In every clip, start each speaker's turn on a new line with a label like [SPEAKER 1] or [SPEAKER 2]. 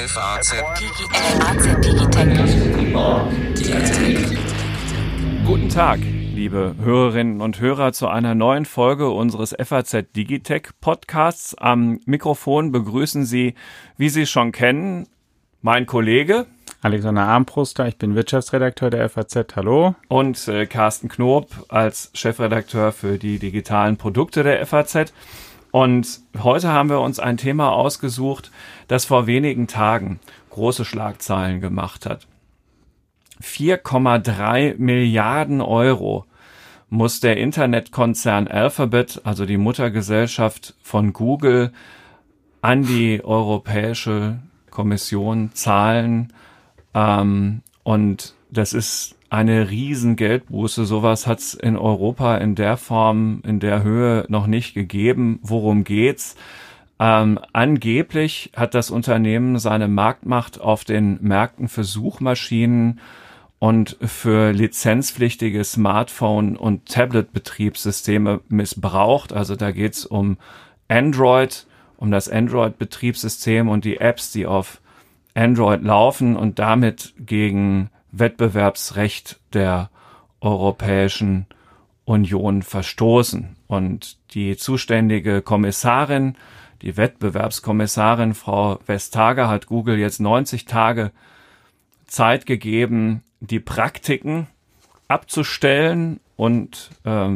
[SPEAKER 1] FAZ
[SPEAKER 2] Digitech. Guten Tag, liebe Hörerinnen und Hörer, zu einer neuen Folge unseres FAZ Digitech Podcasts. Am Mikrofon begrüßen Sie, wie Sie schon kennen, mein Kollege
[SPEAKER 3] Alexander Armbruster, ich bin Wirtschaftsredakteur der FAZ, hallo.
[SPEAKER 2] Und Carsten Knob als Chefredakteur für die digitalen Produkte der FAZ. Und heute haben wir uns ein Thema ausgesucht, das vor wenigen Tagen große Schlagzeilen gemacht hat. 4,3 Milliarden Euro muss der Internetkonzern Alphabet, also die Muttergesellschaft von Google, an die Europäische Kommission zahlen. Und das ist eine riesen Geldbuße. Sowas hat es in Europa in der Form, in der Höhe noch nicht gegeben. Worum geht's? Angeblich hat das Unternehmen seine Marktmacht auf den Märkten für Suchmaschinen und für lizenzpflichtige Smartphone- und Tablet-Betriebssysteme missbraucht. Also da geht's um Android, um das Android-Betriebssystem und die Apps, die auf Android laufen und damit gegen Wettbewerbsrecht der Europäischen Union verstoßen. Und die zuständige Kommissarin, die Wettbewerbskommissarin Frau Vestager, hat Google jetzt 90 Tage Zeit gegeben, die Praktiken abzustellen und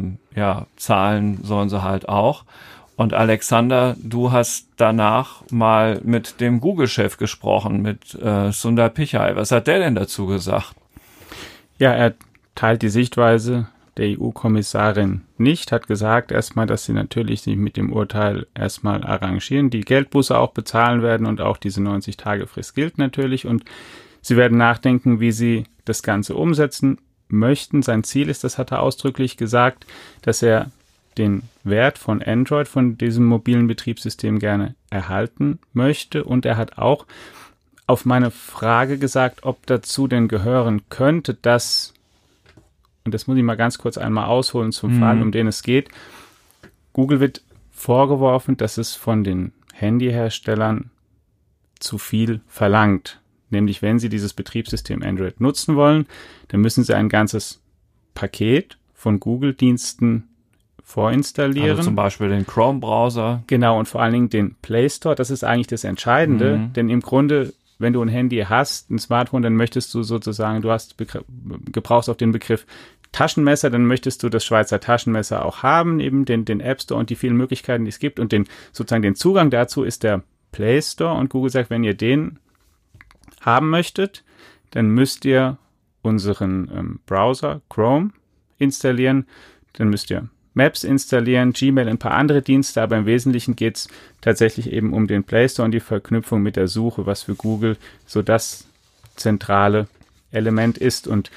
[SPEAKER 2] zahlen sollen sie halt auch. Und Alexander, du hast danach mal mit dem Google-Chef gesprochen, mit Sundar Pichai. Was hat der denn dazu gesagt?
[SPEAKER 3] Ja, er teilt die Sichtweise der EU-Kommissarin nicht, hat gesagt erstmal, dass sie natürlich sich mit dem Urteil erstmal arrangieren, die Geldbuße auch bezahlen werden und auch diese 90-Tage-Frist gilt natürlich und sie werden nachdenken, wie sie das Ganze umsetzen möchten. Sein Ziel ist, das hat er ausdrücklich gesagt, dass er den Wert von Android, von diesem mobilen Betriebssystem gerne erhalten möchte. Und er hat auch auf meine Frage gesagt, ob dazu denn gehören könnte, dass, und das muss ich mal ganz kurz einmal ausholen zum Fall, um den es geht, Google wird vorgeworfen, dass es von den Handyherstellern zu viel verlangt. Nämlich, wenn sie dieses Betriebssystem Android nutzen wollen, dann müssen sie ein ganzes Paket von Google-Diensten vorinstallieren.
[SPEAKER 2] Also zum Beispiel den Chrome-Browser.
[SPEAKER 3] Genau, und vor allen Dingen den Play Store. Das ist eigentlich das Entscheidende, denn im Grunde, wenn du ein Handy hast, ein Smartphone, dann möchtest du sozusagen, du hast gebrauchst auf den Begriff Taschenmesser, dann möchtest du das Schweizer Taschenmesser auch haben, eben den App Store und die vielen Möglichkeiten, die es gibt. Und sozusagen den Zugang dazu ist der Play Store. Und Google sagt, wenn ihr den haben möchtet, dann müsst ihr unseren Browser Chrome installieren, dann müsst ihr Maps installieren, Gmail, ein paar andere Dienste, aber im Wesentlichen geht es tatsächlich eben um den Play Store und die Verknüpfung mit der Suche, was für Google so das zentrale Element ist. Und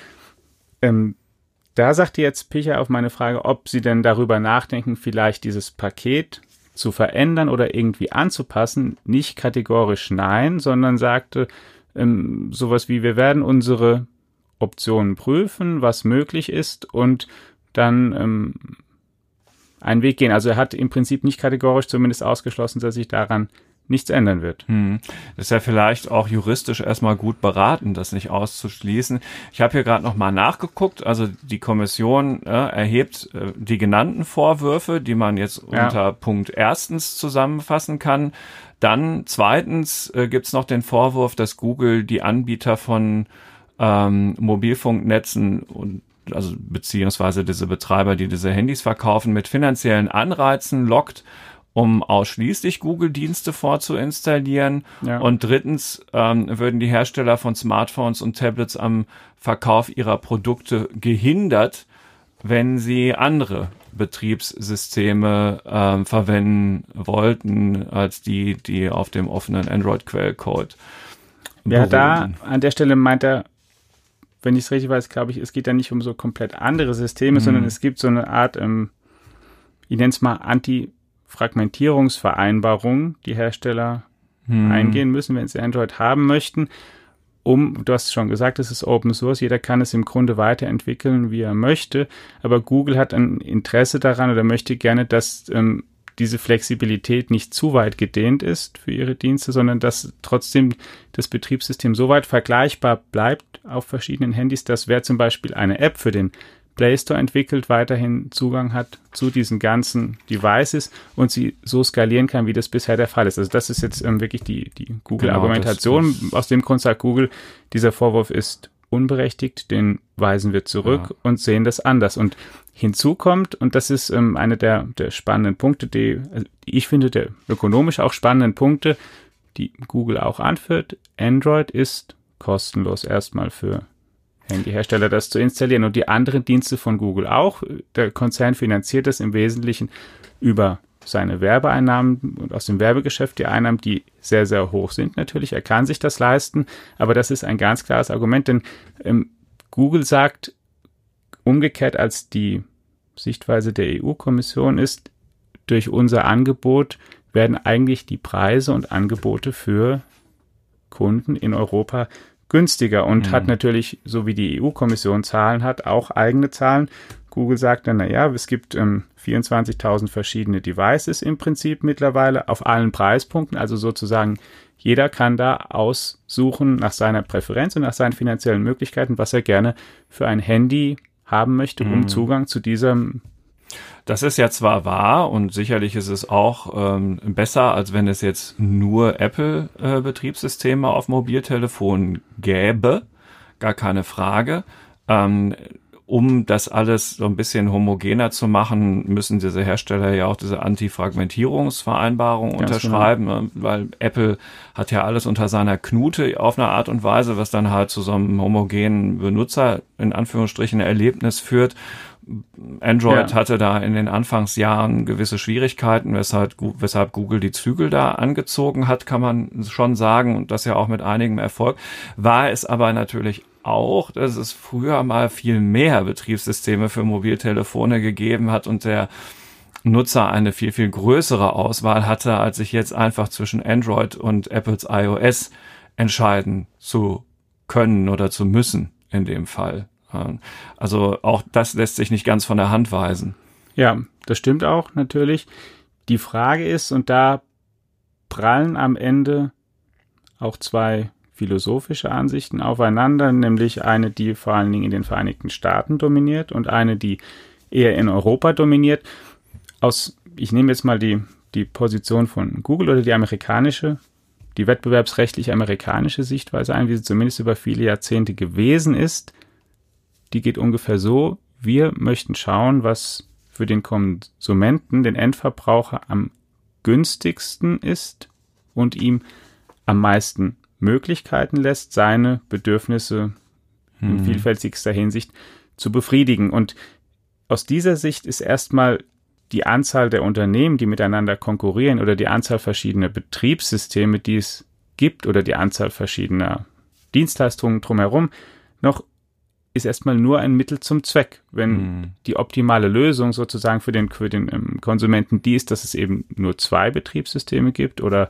[SPEAKER 3] da sagte jetzt Pichai auf meine Frage, ob sie denn darüber nachdenken, vielleicht dieses Paket zu verändern oder irgendwie anzupassen, nicht kategorisch nein, sondern sagte sowas wie, wir werden unsere Optionen prüfen, was möglich ist und dann einen Weg gehen. Also er hat im Prinzip nicht kategorisch zumindest ausgeschlossen, dass sich daran nichts ändern wird.
[SPEAKER 2] Das ist ja vielleicht auch juristisch erstmal gut beraten, das nicht auszuschließen. Ich habe hier gerade nochmal nachgeguckt. Also die Kommission erhebt die genannten Vorwürfe, die man jetzt unter Punkt 1. zusammenfassen kann. Dann 2. gibt's noch den Vorwurf, dass Google die Anbieter von Mobilfunknetzen und also beziehungsweise diese Betreiber, die diese Handys verkaufen, mit finanziellen Anreizen lockt, um ausschließlich Google-Dienste vorzuinstallieren. Ja. Und 3. Würden die Hersteller von Smartphones und Tablets am Verkauf ihrer Produkte gehindert, wenn sie andere Betriebssysteme verwenden wollten, als die auf dem offenen Android-Quellcode beruhen.
[SPEAKER 3] Ja, da an der Stelle meint er, wenn ich es richtig weiß, glaube ich, es geht ja nicht um so komplett andere Systeme, sondern es gibt so eine Art, ich nenne es mal Anti-Fragmentierungsvereinbarung, die Hersteller eingehen müssen, wenn sie Android haben möchten. Du hast schon gesagt, es ist Open Source, jeder kann es im Grunde weiterentwickeln, wie er möchte, aber Google hat ein Interesse daran oder möchte gerne, dass diese Flexibilität nicht zu weit gedehnt ist für ihre Dienste, sondern dass trotzdem das Betriebssystem so weit vergleichbar bleibt auf verschiedenen Handys, dass wer zum Beispiel eine App für den Play Store entwickelt, weiterhin Zugang hat zu diesen ganzen Devices und sie so skalieren kann, wie das bisher der Fall ist. Also das ist jetzt wirklich die Google-Argumentation. Aus dem Grund sagt Google, dieser Vorwurf ist unberechtigt, den weisen wir zurück und sehen das anders. Und hinzu kommt, und das ist einer der spannenden Punkte, die ich finde, der ökonomisch auch spannenden Punkte, die Google auch anführt, Android ist kostenlos erstmal für Handyhersteller, das zu installieren und die anderen Dienste von Google auch. Der Konzern finanziert das im Wesentlichen über seine Werbeeinnahmen und aus dem Werbegeschäft die Einnahmen, die sehr, sehr hoch sind natürlich. Er kann sich das leisten, aber das ist ein ganz klares Argument, denn Google sagt umgekehrt, als die Sichtweise der EU-Kommission ist, durch unser Angebot werden eigentlich die Preise und Angebote für Kunden in Europa günstiger und hat natürlich, so wie die EU-Kommission Zahlen hat, auch eigene Zahlen. Google sagt dann, es gibt 24.000 verschiedene Devices im Prinzip mittlerweile auf allen Preispunkten, also sozusagen jeder kann da aussuchen nach seiner Präferenz und nach seinen finanziellen Möglichkeiten, was er gerne für ein Handy haben möchte, um Zugang zu diesem.
[SPEAKER 2] Das ist ja zwar wahr und sicherlich ist es auch besser, als wenn es jetzt nur Apple-Betriebssysteme auf Mobiltelefonen gäbe, gar keine Frage. Um das alles so ein bisschen homogener zu machen, müssen diese Hersteller ja auch diese Antifragmentierungsvereinbarung unterschreiben, genau. Weil Apple hat ja alles unter seiner Knute auf eine Art und Weise, was dann halt zu so einem homogenen Benutzer, in Anführungsstrichen, Erlebnis führt. Android hatte da in den Anfangsjahren gewisse Schwierigkeiten, weshalb Google die Zügel da angezogen hat, kann man schon sagen, und das ja auch mit einigem Erfolg. War es aber natürlich auch, dass es früher mal viel mehr Betriebssysteme für Mobiltelefone gegeben hat und der Nutzer eine viel, viel größere Auswahl hatte, als sich jetzt einfach zwischen Android und Apples iOS entscheiden zu können oder zu müssen in dem Fall. Also auch das lässt sich nicht ganz von der Hand weisen.
[SPEAKER 3] Ja, das stimmt auch natürlich. Die Frage ist, und da prallen am Ende auch zwei philosophische Ansichten aufeinander, nämlich eine, die vor allen Dingen in den Vereinigten Staaten dominiert und eine, die eher in Europa dominiert. Ich nehme jetzt mal die Position von Google oder die amerikanische, die wettbewerbsrechtlich amerikanische Sichtweise ein, wie sie zumindest über viele Jahrzehnte gewesen ist. Die geht ungefähr so: Wir möchten schauen, was für den Konsumenten, den Endverbraucher am günstigsten ist und ihm am meisten Möglichkeiten lässt, seine Bedürfnisse in vielfältigster Hinsicht zu befriedigen. Und aus dieser Sicht ist erstmal die Anzahl der Unternehmen, die miteinander konkurrieren, oder die Anzahl verschiedener Betriebssysteme, die es gibt, oder die Anzahl verschiedener Dienstleistungen drumherum, ist erstmal nur ein Mittel zum Zweck. Wenn die optimale Lösung sozusagen für den Konsumenten die ist, dass es eben nur 2 Betriebssysteme gibt oder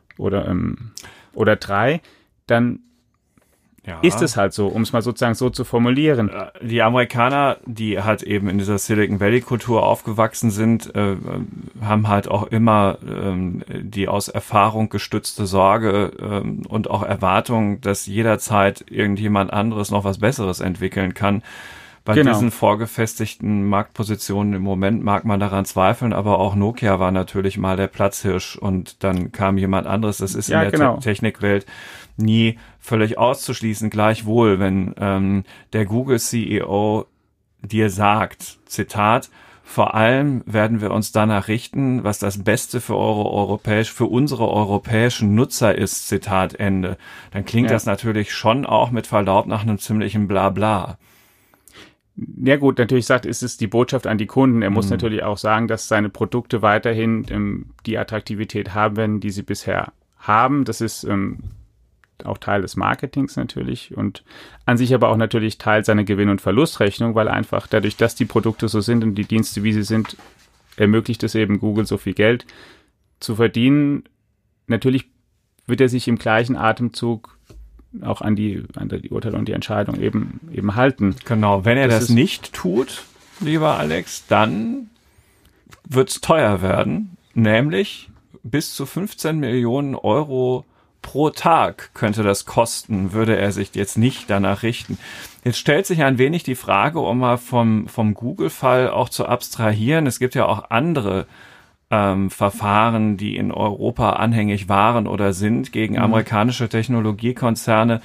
[SPEAKER 3] 3, dann ist es halt so, um es mal sozusagen so zu formulieren.
[SPEAKER 2] Die Amerikaner, die halt eben in dieser Silicon Valley Kultur aufgewachsen sind, haben halt auch immer die aus Erfahrung gestützte Sorge und auch Erwartung, dass jederzeit irgendjemand anderes noch was Besseres entwickeln kann. Bei diesen vorgefestigten Marktpositionen im Moment mag man daran zweifeln, aber auch Nokia war natürlich mal der Platzhirsch und dann kam jemand anderes. Das ist in der Technikwelt nie völlig auszuschließen. Gleichwohl, wenn der Google-CEO dir sagt, Zitat, vor allem werden wir uns danach richten, was das Beste für unsere europäischen Nutzer ist, Zitat Ende, dann klingt das natürlich schon auch mit Verlaub nach einem ziemlichen Blabla.
[SPEAKER 3] Ja gut, natürlich ist es die Botschaft an die Kunden. Er muss natürlich auch sagen, dass seine Produkte weiterhin die Attraktivität haben werden, die sie bisher haben. Das ist auch Teil des Marketings natürlich und an sich aber auch natürlich Teil seiner Gewinn- und Verlustrechnung, weil einfach dadurch, dass die Produkte so sind und die Dienste, wie sie sind, ermöglicht es eben Google so viel Geld zu verdienen. Natürlich wird er sich im gleichen Atemzug auch an die Urteile und die Entscheidung eben halten.
[SPEAKER 2] Genau, wenn er das nicht tut, lieber Alex, dann wird's teuer werden, nämlich bis zu 15 Millionen Euro pro Tag könnte das kosten, würde er sich jetzt nicht danach richten. Jetzt stellt sich ein wenig die Frage, um mal vom Google-Fall auch zu abstrahieren. Es gibt ja auch andere Verfahren, die in Europa anhängig waren oder sind gegen amerikanische Technologiekonzerne.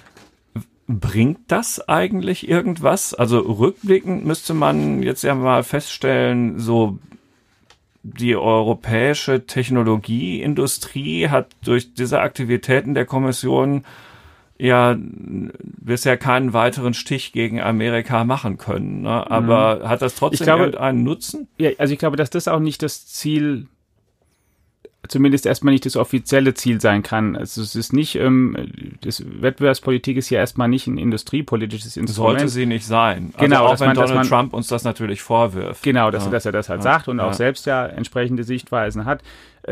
[SPEAKER 2] Bringt das eigentlich irgendwas? Also rückblickend müsste man jetzt ja mal feststellen, so die europäische Technologieindustrie hat durch diese Aktivitäten der Kommission ja bisher keinen weiteren Stich gegen Amerika machen können. Ne? Aber hat das trotzdem irgendeinen Nutzen?
[SPEAKER 3] Ja, also ich glaube, dass das auch nicht das Ziel, zumindest erstmal nicht das offizielle Ziel sein kann. Also es ist nicht, das Wettbewerbspolitik ist ja erstmal nicht ein industriepolitisches Instrument.
[SPEAKER 2] Sollte sie nicht sein. Also
[SPEAKER 3] genau,
[SPEAKER 2] auch wenn Donald Trump uns das natürlich vorwirft.
[SPEAKER 3] Genau, dass er das halt sagt und auch selbst ja entsprechende Sichtweisen hat.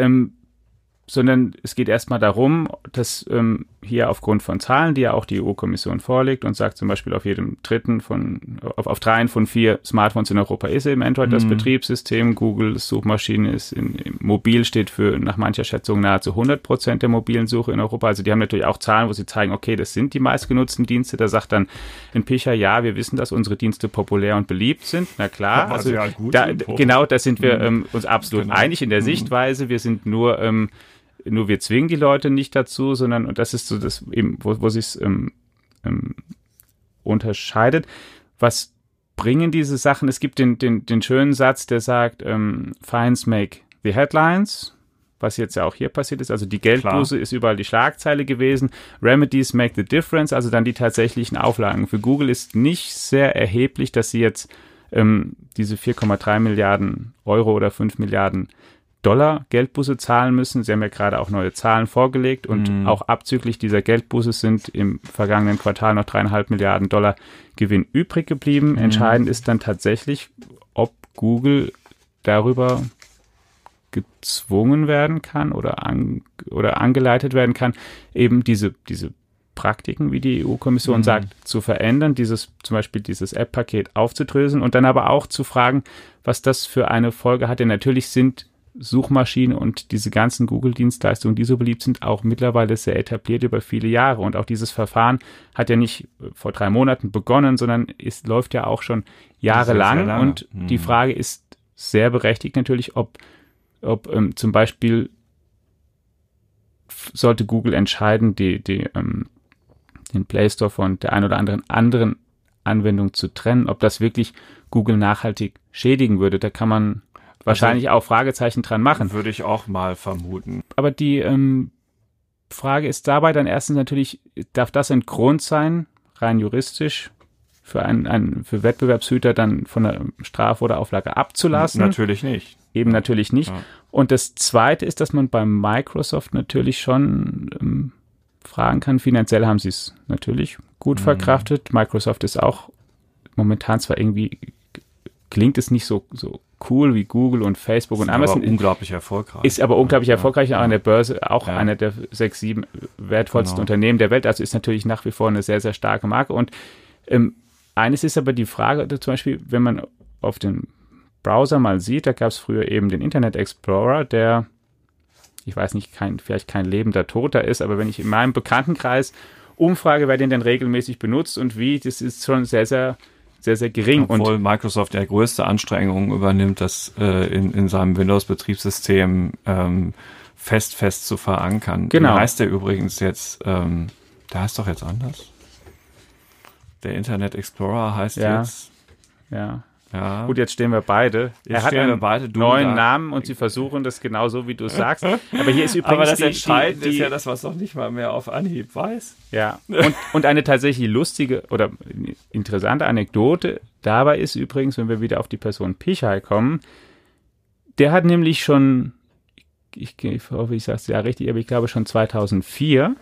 [SPEAKER 3] Sondern es geht erstmal darum, dass hier aufgrund von Zahlen, die ja auch die EU-Kommission vorlegt und sagt zum Beispiel auf jedem dritten auf 3 von 4 Smartphones in Europa ist eben Android das Betriebssystem. Googles Suchmaschine ist mobil steht für nach mancher Schätzung nahezu 100% der mobilen Suche in Europa. Also die haben natürlich auch Zahlen, wo sie zeigen, okay, das sind die meistgenutzten Dienste. Da sagt dann ein Picher, ja, wir wissen, dass unsere Dienste populär und beliebt sind. Na klar, also genau, da sind wir uns absolut einig in der Sichtweise. Wir sind nur wir zwingen die Leute nicht dazu, sondern, und das ist so das eben, wo sich's unterscheidet. Was bringen diese Sachen? Es gibt den schönen Satz, der sagt, Fines make the headlines, was jetzt ja auch hier passiert ist. Also die Geldbuße ist überall die Schlagzeile gewesen. Remedies make the difference, also dann die tatsächlichen Auflagen. Für Google ist nicht sehr erheblich, dass sie jetzt diese 4,3 Milliarden Euro oder 5 Milliarden Dollar Geldbuße zahlen müssen. Sie haben ja gerade auch neue Zahlen vorgelegt und auch abzüglich dieser Geldbuße sind im vergangenen Quartal noch 3,5 Milliarden Dollar Gewinn übrig geblieben. Entscheidend ist dann tatsächlich, ob Google darüber gezwungen werden kann oder angeleitet werden kann, eben diese Praktiken, wie die EU-Kommission sagt, zu verändern, zum Beispiel dieses App-Paket aufzudröseln und dann aber auch zu fragen, was das für eine Folge hat. Denn natürlich sind Suchmaschine und diese ganzen Google-Dienstleistungen, die so beliebt sind, auch mittlerweile sehr etabliert über viele Jahre. Und auch dieses Verfahren hat ja nicht vor 3 Monaten begonnen, sondern läuft ja auch schon jahrelang. Sehr lange. Und die Frage ist sehr berechtigt natürlich, ob zum Beispiel sollte Google entscheiden, den Play Store von der ein oder anderen Anwendung zu trennen, ob das wirklich Google nachhaltig schädigen würde. Da kann man wahrscheinlich auch Fragezeichen dran machen.
[SPEAKER 2] Würde ich auch mal vermuten.
[SPEAKER 3] Aber die Frage ist dabei dann erstens natürlich, darf das ein Grund sein, rein juristisch, für für Wettbewerbshüter dann von der Strafe oder Auflage abzulassen?
[SPEAKER 2] Natürlich nicht.
[SPEAKER 3] Eben natürlich nicht. Ja. Und das Zweite ist, dass man bei Microsoft natürlich schon fragen kann. Finanziell haben sie es natürlich gut verkraftet. Microsoft ist auch momentan zwar irgendwie, klingt es nicht so cool wie Google und Facebook und Amazon.
[SPEAKER 2] Aber unglaublich erfolgreich.
[SPEAKER 3] Ist aber unglaublich erfolgreich, auch an der Börse, auch einer der 6, 7 wertvollsten Unternehmen der Welt. Also ist natürlich nach wie vor eine sehr, sehr starke Marke. Und eines ist aber die Frage, zum Beispiel, wenn man auf den Browser mal sieht, da gab es früher eben den Internet Explorer, der, ich weiß nicht, vielleicht kein lebender Toter ist, aber wenn ich in meinem Bekanntenkreis umfrage, wer den denn regelmäßig benutzt und wie, das ist schon sehr, sehr sehr, sehr gering.
[SPEAKER 2] Obwohl Microsoft ja größte Anstrengungen übernimmt, das in seinem Windows-Betriebssystem fest zu verankern.
[SPEAKER 3] Genau.
[SPEAKER 2] Wie heißt der übrigens jetzt? Der heißt doch jetzt anders. Der Internet Explorer heißt jetzt...
[SPEAKER 3] Ja. Gut, jetzt stehen wir beide. Er hat einen neuen Namen und sie versuchen das genauso, wie du sagst. Aber hier ist übrigens
[SPEAKER 2] aber das Entscheidende ist ja das, was noch nicht mal mehr auf Anhieb weiß.
[SPEAKER 3] Ja, und eine tatsächlich lustige oder interessante Anekdote dabei ist übrigens, wenn wir wieder auf die Person Pichai kommen, der hat nämlich schon, ich hoffe, ich sage es ja richtig, aber ich glaube schon 2004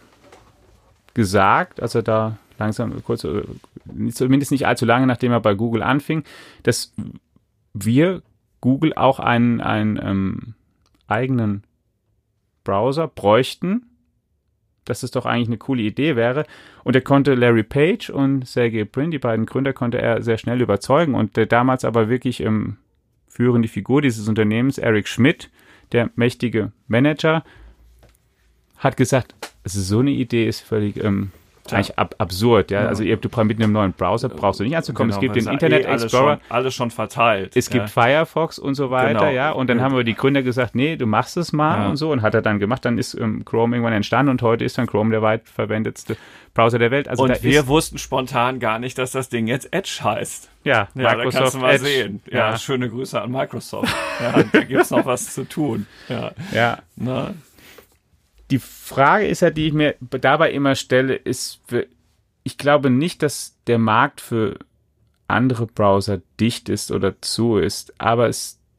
[SPEAKER 3] gesagt, also da langsam, kurz, zumindest nicht allzu lange, nachdem er bei Google anfing, dass wir Google auch einen eigenen Browser bräuchten, dass es doch eigentlich eine coole Idee wäre. Und er konnte Larry Page und Sergey Brin, die beiden Gründer, konnte er sehr schnell überzeugen. Und der damals aber wirklich führende Figur dieses Unternehmens, Eric Schmidt, der mächtige Manager, hat gesagt, also so eine Idee ist völlig eigentlich absurd. Ja? Also mit einem neuen Browser brauchst du nicht anzukommen.
[SPEAKER 2] Genau,
[SPEAKER 3] es gibt den Internet Explorer.
[SPEAKER 2] Alles schon verteilt.
[SPEAKER 3] Es gibt Firefox und so weiter. Genau. Ja? Und dann haben aber die Gründer gesagt, nee, du machst es mal und so. Und hat er dann gemacht. Dann ist Chrome irgendwann entstanden und heute ist dann Chrome der weit verwendetste Browser der Welt. Also
[SPEAKER 2] und wir wussten spontan gar nicht, dass das Ding jetzt Edge heißt.
[SPEAKER 3] Ja,
[SPEAKER 2] Microsoft da kannst du mal Edge sehen. Ja, schöne Grüße an Microsoft. Da gibt's noch was zu tun.
[SPEAKER 3] Ja. Na? Die Frage ist ja, die ich mir dabei immer stelle, ist, ich glaube nicht, dass der Markt für andere Browser dicht ist oder zu ist, aber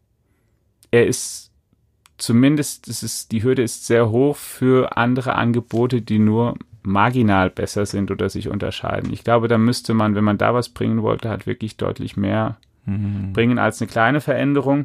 [SPEAKER 3] er ist zumindest, die Hürde ist sehr hoch für andere Angebote, die nur marginal besser sind oder sich unterscheiden. Ich glaube, da müsste man, wenn man da was bringen wollte, halt wirklich deutlich mehr bringen als eine kleine Veränderung.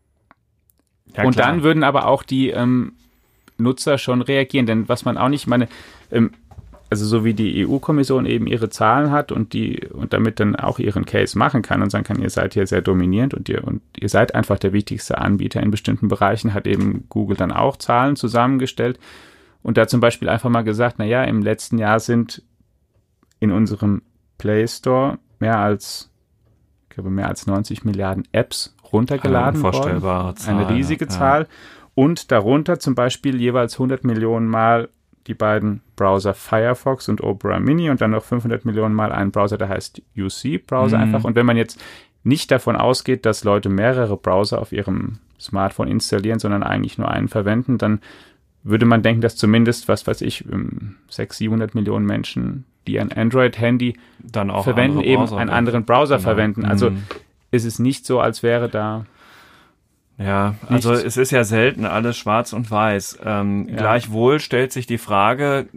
[SPEAKER 3] Ja, und dann würden aber auch die Nutzer schon reagieren, denn was man auch nicht, also so wie die EU-Kommission eben ihre Zahlen hat und damit dann auch ihren Case machen kann und sagen kann, ihr seid hier sehr dominierend und ihr seid einfach der wichtigste Anbieter in bestimmten Bereichen, hat eben Google dann auch Zahlen zusammengestellt und da zum Beispiel einfach mal gesagt, im letzten Jahr sind in unserem Play Store mehr als 90 Milliarden Apps runtergeladen worden. Eine riesige Zahl. Und darunter zum Beispiel jeweils 100 Millionen Mal die beiden Browser Firefox und Opera Mini und dann noch 500 Millionen Mal einen Browser, der heißt UC-Browser einfach. Und wenn man jetzt nicht davon ausgeht, dass Leute mehrere Browser auf ihrem Smartphone installieren, sondern eigentlich nur einen verwenden, dann würde man denken, dass zumindest, 600-700 Millionen Menschen, die ein Android-Handy dann auch verwenden, eben einen anderen Browser verwenden. Also ist es nicht so, als wäre da...
[SPEAKER 2] Ja, also es ist ja selten alles schwarz und weiß. Gleichwohl stellt sich die Frage,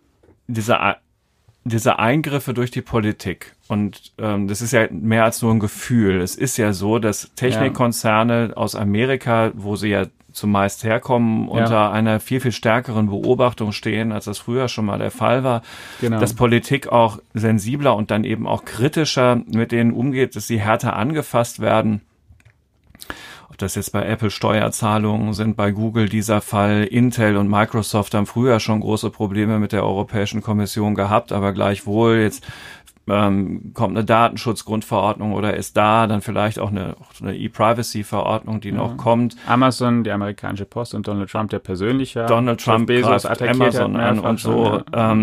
[SPEAKER 2] diese Eingriffe durch die Politik. Und das ist ja mehr als nur ein Gefühl. Es ist ja so, dass Technikkonzerne aus Amerika, wo sie ja zumeist herkommen, unter einer viel, viel stärkeren Beobachtung stehen, als das früher schon mal der Fall war. Genau. Dass Politik auch sensibler und dann eben auch kritischer mit denen umgeht, dass sie härter angefasst werden. Das jetzt bei Apple Steuerzahlungen sind, bei Google dieser Fall. Intel und Microsoft haben früher schon große Probleme mit der Europäischen Kommission gehabt, aber gleichwohl jetzt kommt eine Datenschutzgrundverordnung oder ist da, dann vielleicht auch eine E-Privacy-Verordnung, die noch kommt.
[SPEAKER 3] Amazon, die amerikanische Post und Donald Trump, der persönliche.
[SPEAKER 2] Donald Trump Bezos Amazon an und so.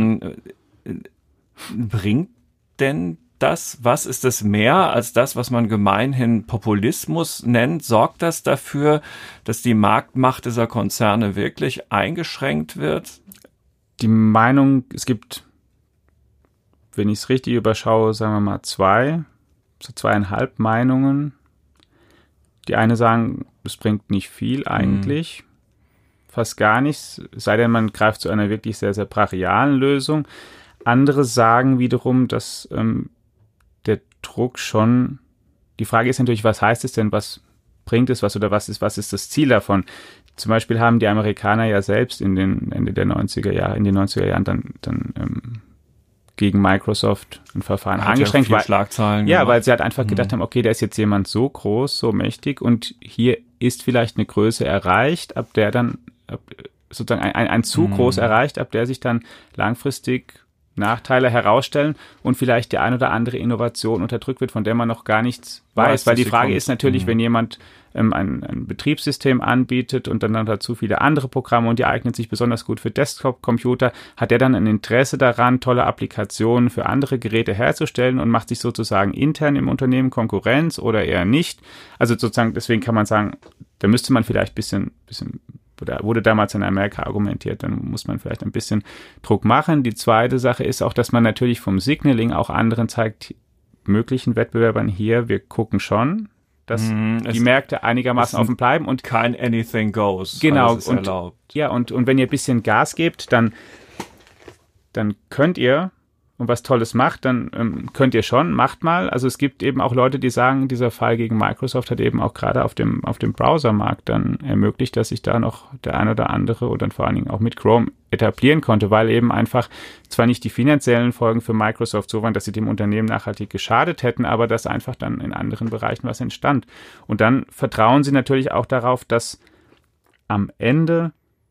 [SPEAKER 2] Bringt denn das, was ist das mehr als das, was man gemeinhin Populismus nennt? Sorgt das dafür, dass die Marktmacht dieser Konzerne wirklich eingeschränkt wird?
[SPEAKER 3] Die Meinung, es gibt, wenn ich es richtig überschaue, sagen wir mal 2,5 Meinungen. Die eine sagen, es bringt nicht viel eigentlich, fast gar nichts, sei denn man greift zu einer wirklich sehr, sehr brachialen Lösung. Andere sagen wiederum, dass der Druck schon, die Frage ist natürlich, was heißt es denn, was bringt es was oder was ist das Ziel davon? Zum Beispiel haben die Amerikaner ja selbst in den 90er Jahren dann gegen Microsoft ein Verfahren angeschränkt, weil sie halt einfach gedacht haben, okay, da ist jetzt jemand so groß, so mächtig und hier ist vielleicht eine Größe erreicht, ab der dann sozusagen ein zu groß erreicht, ab der sich dann langfristig Nachteile herausstellen und vielleicht die ein oder andere Innovation unterdrückt wird, von der man noch gar nichts weiß. Weil die Frage ist natürlich, wenn jemand ein Betriebssystem anbietet und dann dazu viele andere Programme und die eignen sich besonders gut für Desktop-Computer, hat der dann ein Interesse daran, tolle Applikationen für andere Geräte herzustellen und macht sich sozusagen intern im Unternehmen Konkurrenz oder eher nicht. Also sozusagen, deswegen kann man sagen, da müsste man vielleicht bisschen oder wurde damals in Amerika argumentiert, dann muss man vielleicht ein bisschen Druck machen. Die zweite Sache ist auch, dass man natürlich vom Signaling auch anderen zeigt, möglichen Wettbewerbern hier, wir gucken schon, dass die Märkte einigermaßen offen bleiben und
[SPEAKER 2] kein Anything goes.
[SPEAKER 3] Genau.
[SPEAKER 2] Alles ist erlaubt.
[SPEAKER 3] Ja, und wenn ihr ein bisschen Gas gebt, dann könnt ihr und was Tolles macht, dann könnt ihr schon, macht mal. Also es gibt eben auch Leute, die sagen, dieser Fall gegen Microsoft hat eben auch gerade auf dem Browsermarkt dann ermöglicht, dass sich da noch der ein oder andere und dann vor allen Dingen auch mit Chrome etablieren konnte, weil eben einfach zwar nicht die finanziellen Folgen für Microsoft so waren, dass sie dem Unternehmen nachhaltig geschadet hätten, aber dass einfach dann in anderen Bereichen was entstand. Und dann vertrauen sie natürlich auch darauf, dass am Ende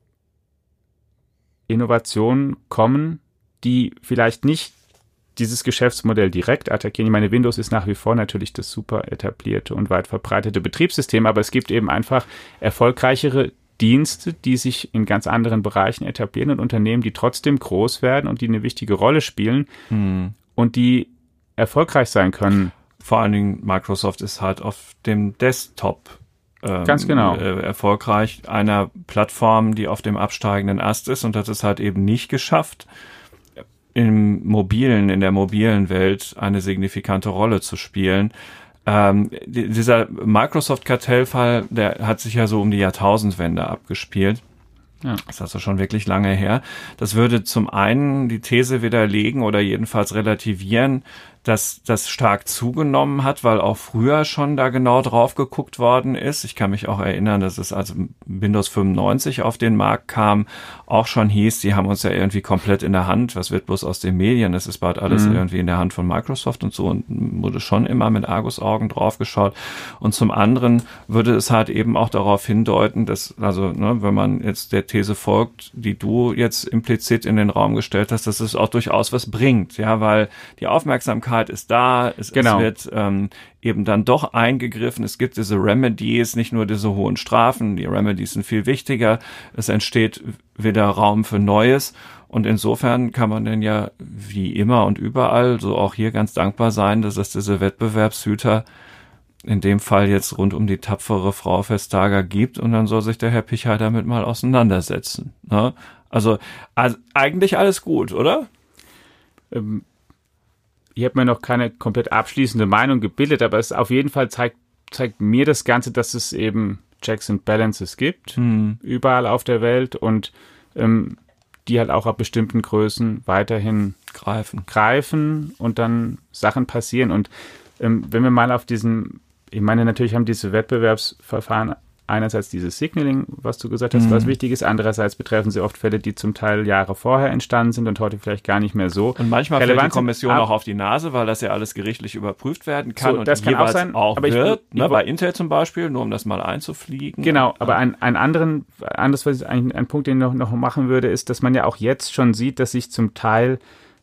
[SPEAKER 3] Innovationen kommen, die vielleicht nicht dieses Geschäftsmodell direkt attackieren. Ich meine, Windows ist nach wie vor natürlich das super etablierte und weit verbreitete Betriebssystem, aber es gibt eben einfach erfolgreichere Dienste, die sich in ganz anderen Bereichen etablieren und Unternehmen, die trotzdem groß werden und die eine wichtige Rolle spielen und die erfolgreich sein können.
[SPEAKER 2] Vor allen Dingen Microsoft ist halt auf dem Desktop
[SPEAKER 3] ganz genau
[SPEAKER 2] erfolgreich, einer Plattform, die auf dem absteigenden Ast ist und hat es halt eben nicht geschafft, in der mobilen Welt eine signifikante Rolle zu spielen. Dieser Microsoft-Kartellfall, der hat sich ja so um die Jahrtausendwende abgespielt. Ja. Das ist also schon wirklich lange her. Das würde zum einen die These widerlegen oder jedenfalls relativieren, dass das stark zugenommen hat, weil auch früher schon da genau drauf geguckt worden ist. Ich kann mich auch erinnern, dass es als Windows 95 auf den Markt kam, auch schon hieß, die haben uns ja irgendwie komplett in der Hand. Was wird bloß aus den Medien? Es ist bald alles irgendwie in der Hand von Microsoft und so, und wurde schon immer mit Argusaugen drauf geschaut. Und zum anderen würde es halt eben auch darauf hindeuten, dass, also, ne, wenn man jetzt der These folgt, die du jetzt implizit in den Raum gestellt hast, dass es auch durchaus was bringt, ja, weil die Aufmerksamkeit ist da, es wird eben dann doch eingegriffen, es gibt diese Remedies, nicht nur diese hohen Strafen, die Remedies sind viel wichtiger, es entsteht wieder Raum für Neues und insofern kann man denn ja wie immer und überall, so auch hier, ganz dankbar sein, dass es diese Wettbewerbshüter in dem Fall jetzt rund um die tapfere Frau Vestager gibt und dann soll sich der Herr Pichler damit mal auseinandersetzen. Ne? Also eigentlich alles gut, oder?
[SPEAKER 3] Ich habe mir noch keine komplett abschließende Meinung gebildet, aber es auf jeden Fall zeigt mir das Ganze, dass es eben Checks and Balances gibt, überall auf der Welt und die halt auch ab bestimmten Größen weiterhin greifen und dann Sachen passieren. Und wenn wir mal auf ich meine, natürlich haben diese Wettbewerbsverfahren einerseits dieses Signaling, was du gesagt hast, was wichtig ist. Andererseits betreffen sie oft Fälle, die zum Teil Jahre vorher entstanden sind und heute vielleicht gar nicht mehr so.
[SPEAKER 2] Und manchmal fällt die Kommission auch auf die Nase, weil das ja alles gerichtlich überprüft werden kann
[SPEAKER 3] so,
[SPEAKER 2] und
[SPEAKER 3] das kann auch sein,
[SPEAKER 2] auch wird. Bei Intel zum Beispiel, nur um das mal einzufliegen.
[SPEAKER 3] Genau, aber ein Punkt, den ich noch machen würde, ist, dass man ja auch jetzt schon sieht, dass sich zum Teil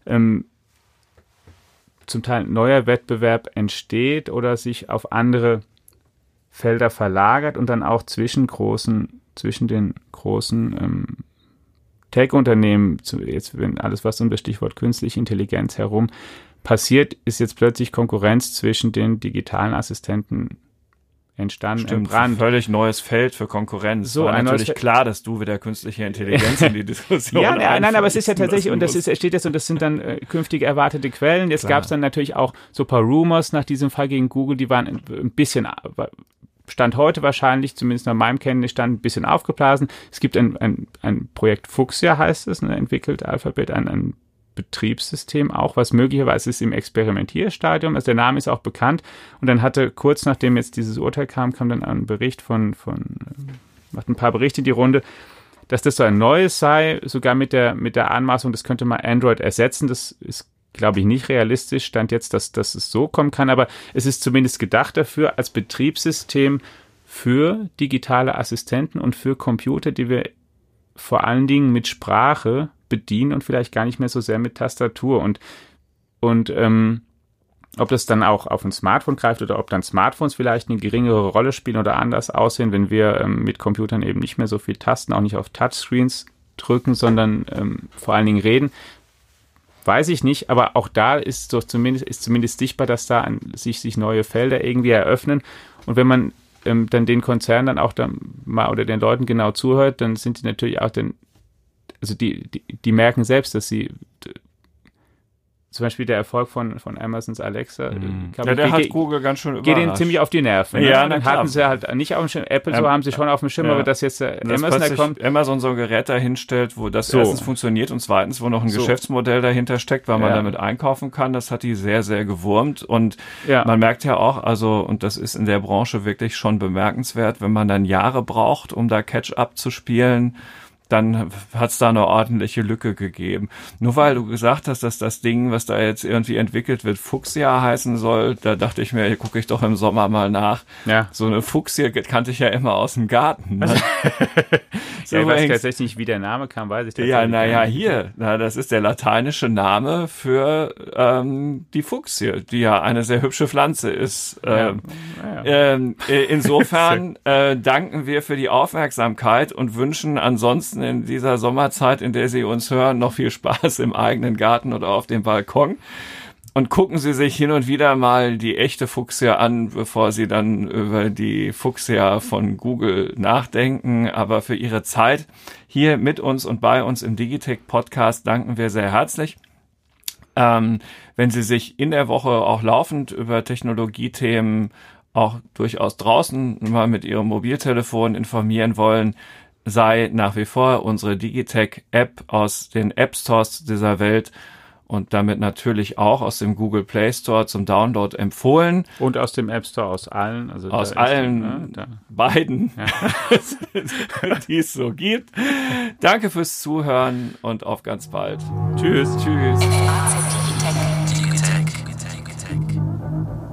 [SPEAKER 3] neuer Wettbewerb entsteht oder sich auf andere Felder verlagert und dann auch zwischen den großen Tech-Unternehmen, jetzt wenn alles, was um das Stichwort künstliche Intelligenz herum passiert, ist jetzt plötzlich Konkurrenz zwischen den digitalen Assistenten entstanden.
[SPEAKER 2] Stimmt, ein völlig neues Feld für Konkurrenz. So, war natürlich klar, dass du wieder künstliche Intelligenz in die Diskussion
[SPEAKER 3] nein, aber es ist ja tatsächlich, und das steht jetzt, und das sind dann künftig erwartete Quellen. Jetzt gab es dann natürlich auch so ein paar Rumors nach diesem Fall gegen Google, die waren ein bisschen Stand heute wahrscheinlich, zumindest nach meinem Kenntnisstand, ein bisschen aufgeblasen. Es gibt ein Projekt Fuchsia, heißt es, entwickelt Alphabet, ein Betriebssystem auch, was möglicherweise ist im Experimentierstadium, also der Name ist auch bekannt. Und dann kurz nachdem jetzt dieses Urteil kam dann ein Bericht macht ein paar Berichte die Runde, dass das so ein neues sei, sogar mit der Anmaßung, das könnte mal Android ersetzen. Das ist, glaube ich, nicht realistisch, stand jetzt, dass es so kommen kann, aber es ist zumindest gedacht dafür als Betriebssystem für digitale Assistenten und für Computer, die wir vor allen Dingen mit Sprache bedienen und vielleicht gar nicht mehr so sehr mit Tastatur. Und ob das dann auch auf ein Smartphone greift oder ob dann Smartphones vielleicht eine geringere Rolle spielen oder anders aussehen, wenn wir mit Computern eben nicht mehr so viel tasten, auch nicht auf Touchscreens drücken, sondern vor allen Dingen reden, weiß ich nicht, aber auch da ist zumindest sichtbar, dass da sich neue Felder irgendwie eröffnen. Und wenn man dann den Konzernen dann auch dann mal oder den Leuten genau zuhört, dann sind die natürlich auch die merken selbst, dass sie zum Beispiel der Erfolg von Amazons Alexa,
[SPEAKER 2] hat Google ganz schön überrascht.
[SPEAKER 3] Geht ihnen ziemlich auf die Nerven.
[SPEAKER 2] Ja,
[SPEAKER 3] dann hatten sie halt nicht auf dem Schirm, Apple so haben sie schon auf dem Schirm, aber dass jetzt Amazon da kommt.
[SPEAKER 2] Amazon so ein Gerät dahinstellt, wo das erstens funktioniert und zweitens, wo noch ein Geschäftsmodell dahinter steckt, weil man damit einkaufen kann, das hat die sehr, sehr gewurmt. Und man merkt ja auch, und das ist in der Branche wirklich schon bemerkenswert, wenn man dann Jahre braucht, um da Catch-up zu spielen, dann hat es da eine ordentliche Lücke gegeben. Nur weil du gesagt hast, dass das Ding, was da jetzt irgendwie entwickelt wird, Fuchsia heißen soll, da dachte ich mir, hier gucke ich doch im Sommer mal nach.
[SPEAKER 3] Ja.
[SPEAKER 2] So eine Fuchsia kannte ich ja immer aus dem Garten. Ne?
[SPEAKER 3] Ja, ich weiß tatsächlich nicht, wie der Name kam, weiß ich tatsächlich
[SPEAKER 2] nicht. Das ist der lateinische Name für die Fuchsie, die ja eine sehr hübsche Pflanze ist. Insofern danken wir für die Aufmerksamkeit und wünschen ansonsten in dieser Sommerzeit, in der Sie uns hören, noch viel Spaß im eigenen Garten oder auf dem Balkon. Und gucken Sie sich hin und wieder mal die echte Fuchsia an, bevor Sie dann über die Fuchsia von Google nachdenken. Aber für Ihre Zeit hier mit uns und bei uns im Digitech-Podcast danken wir sehr herzlich. Wenn Sie sich in der Woche auch laufend über Technologiethemen auch durchaus draußen mal mit Ihrem Mobiltelefon informieren wollen, sei nach wie vor unsere Digitech-App aus den App-Stores dieser Welt und damit natürlich auch aus dem Google Play Store zum Download empfohlen.
[SPEAKER 3] Und aus dem App Store, aus allen. Also
[SPEAKER 2] aus allen beiden, die es so gibt. Danke fürs Zuhören und auf ganz bald.
[SPEAKER 3] Tschüss.
[SPEAKER 1] Digitech.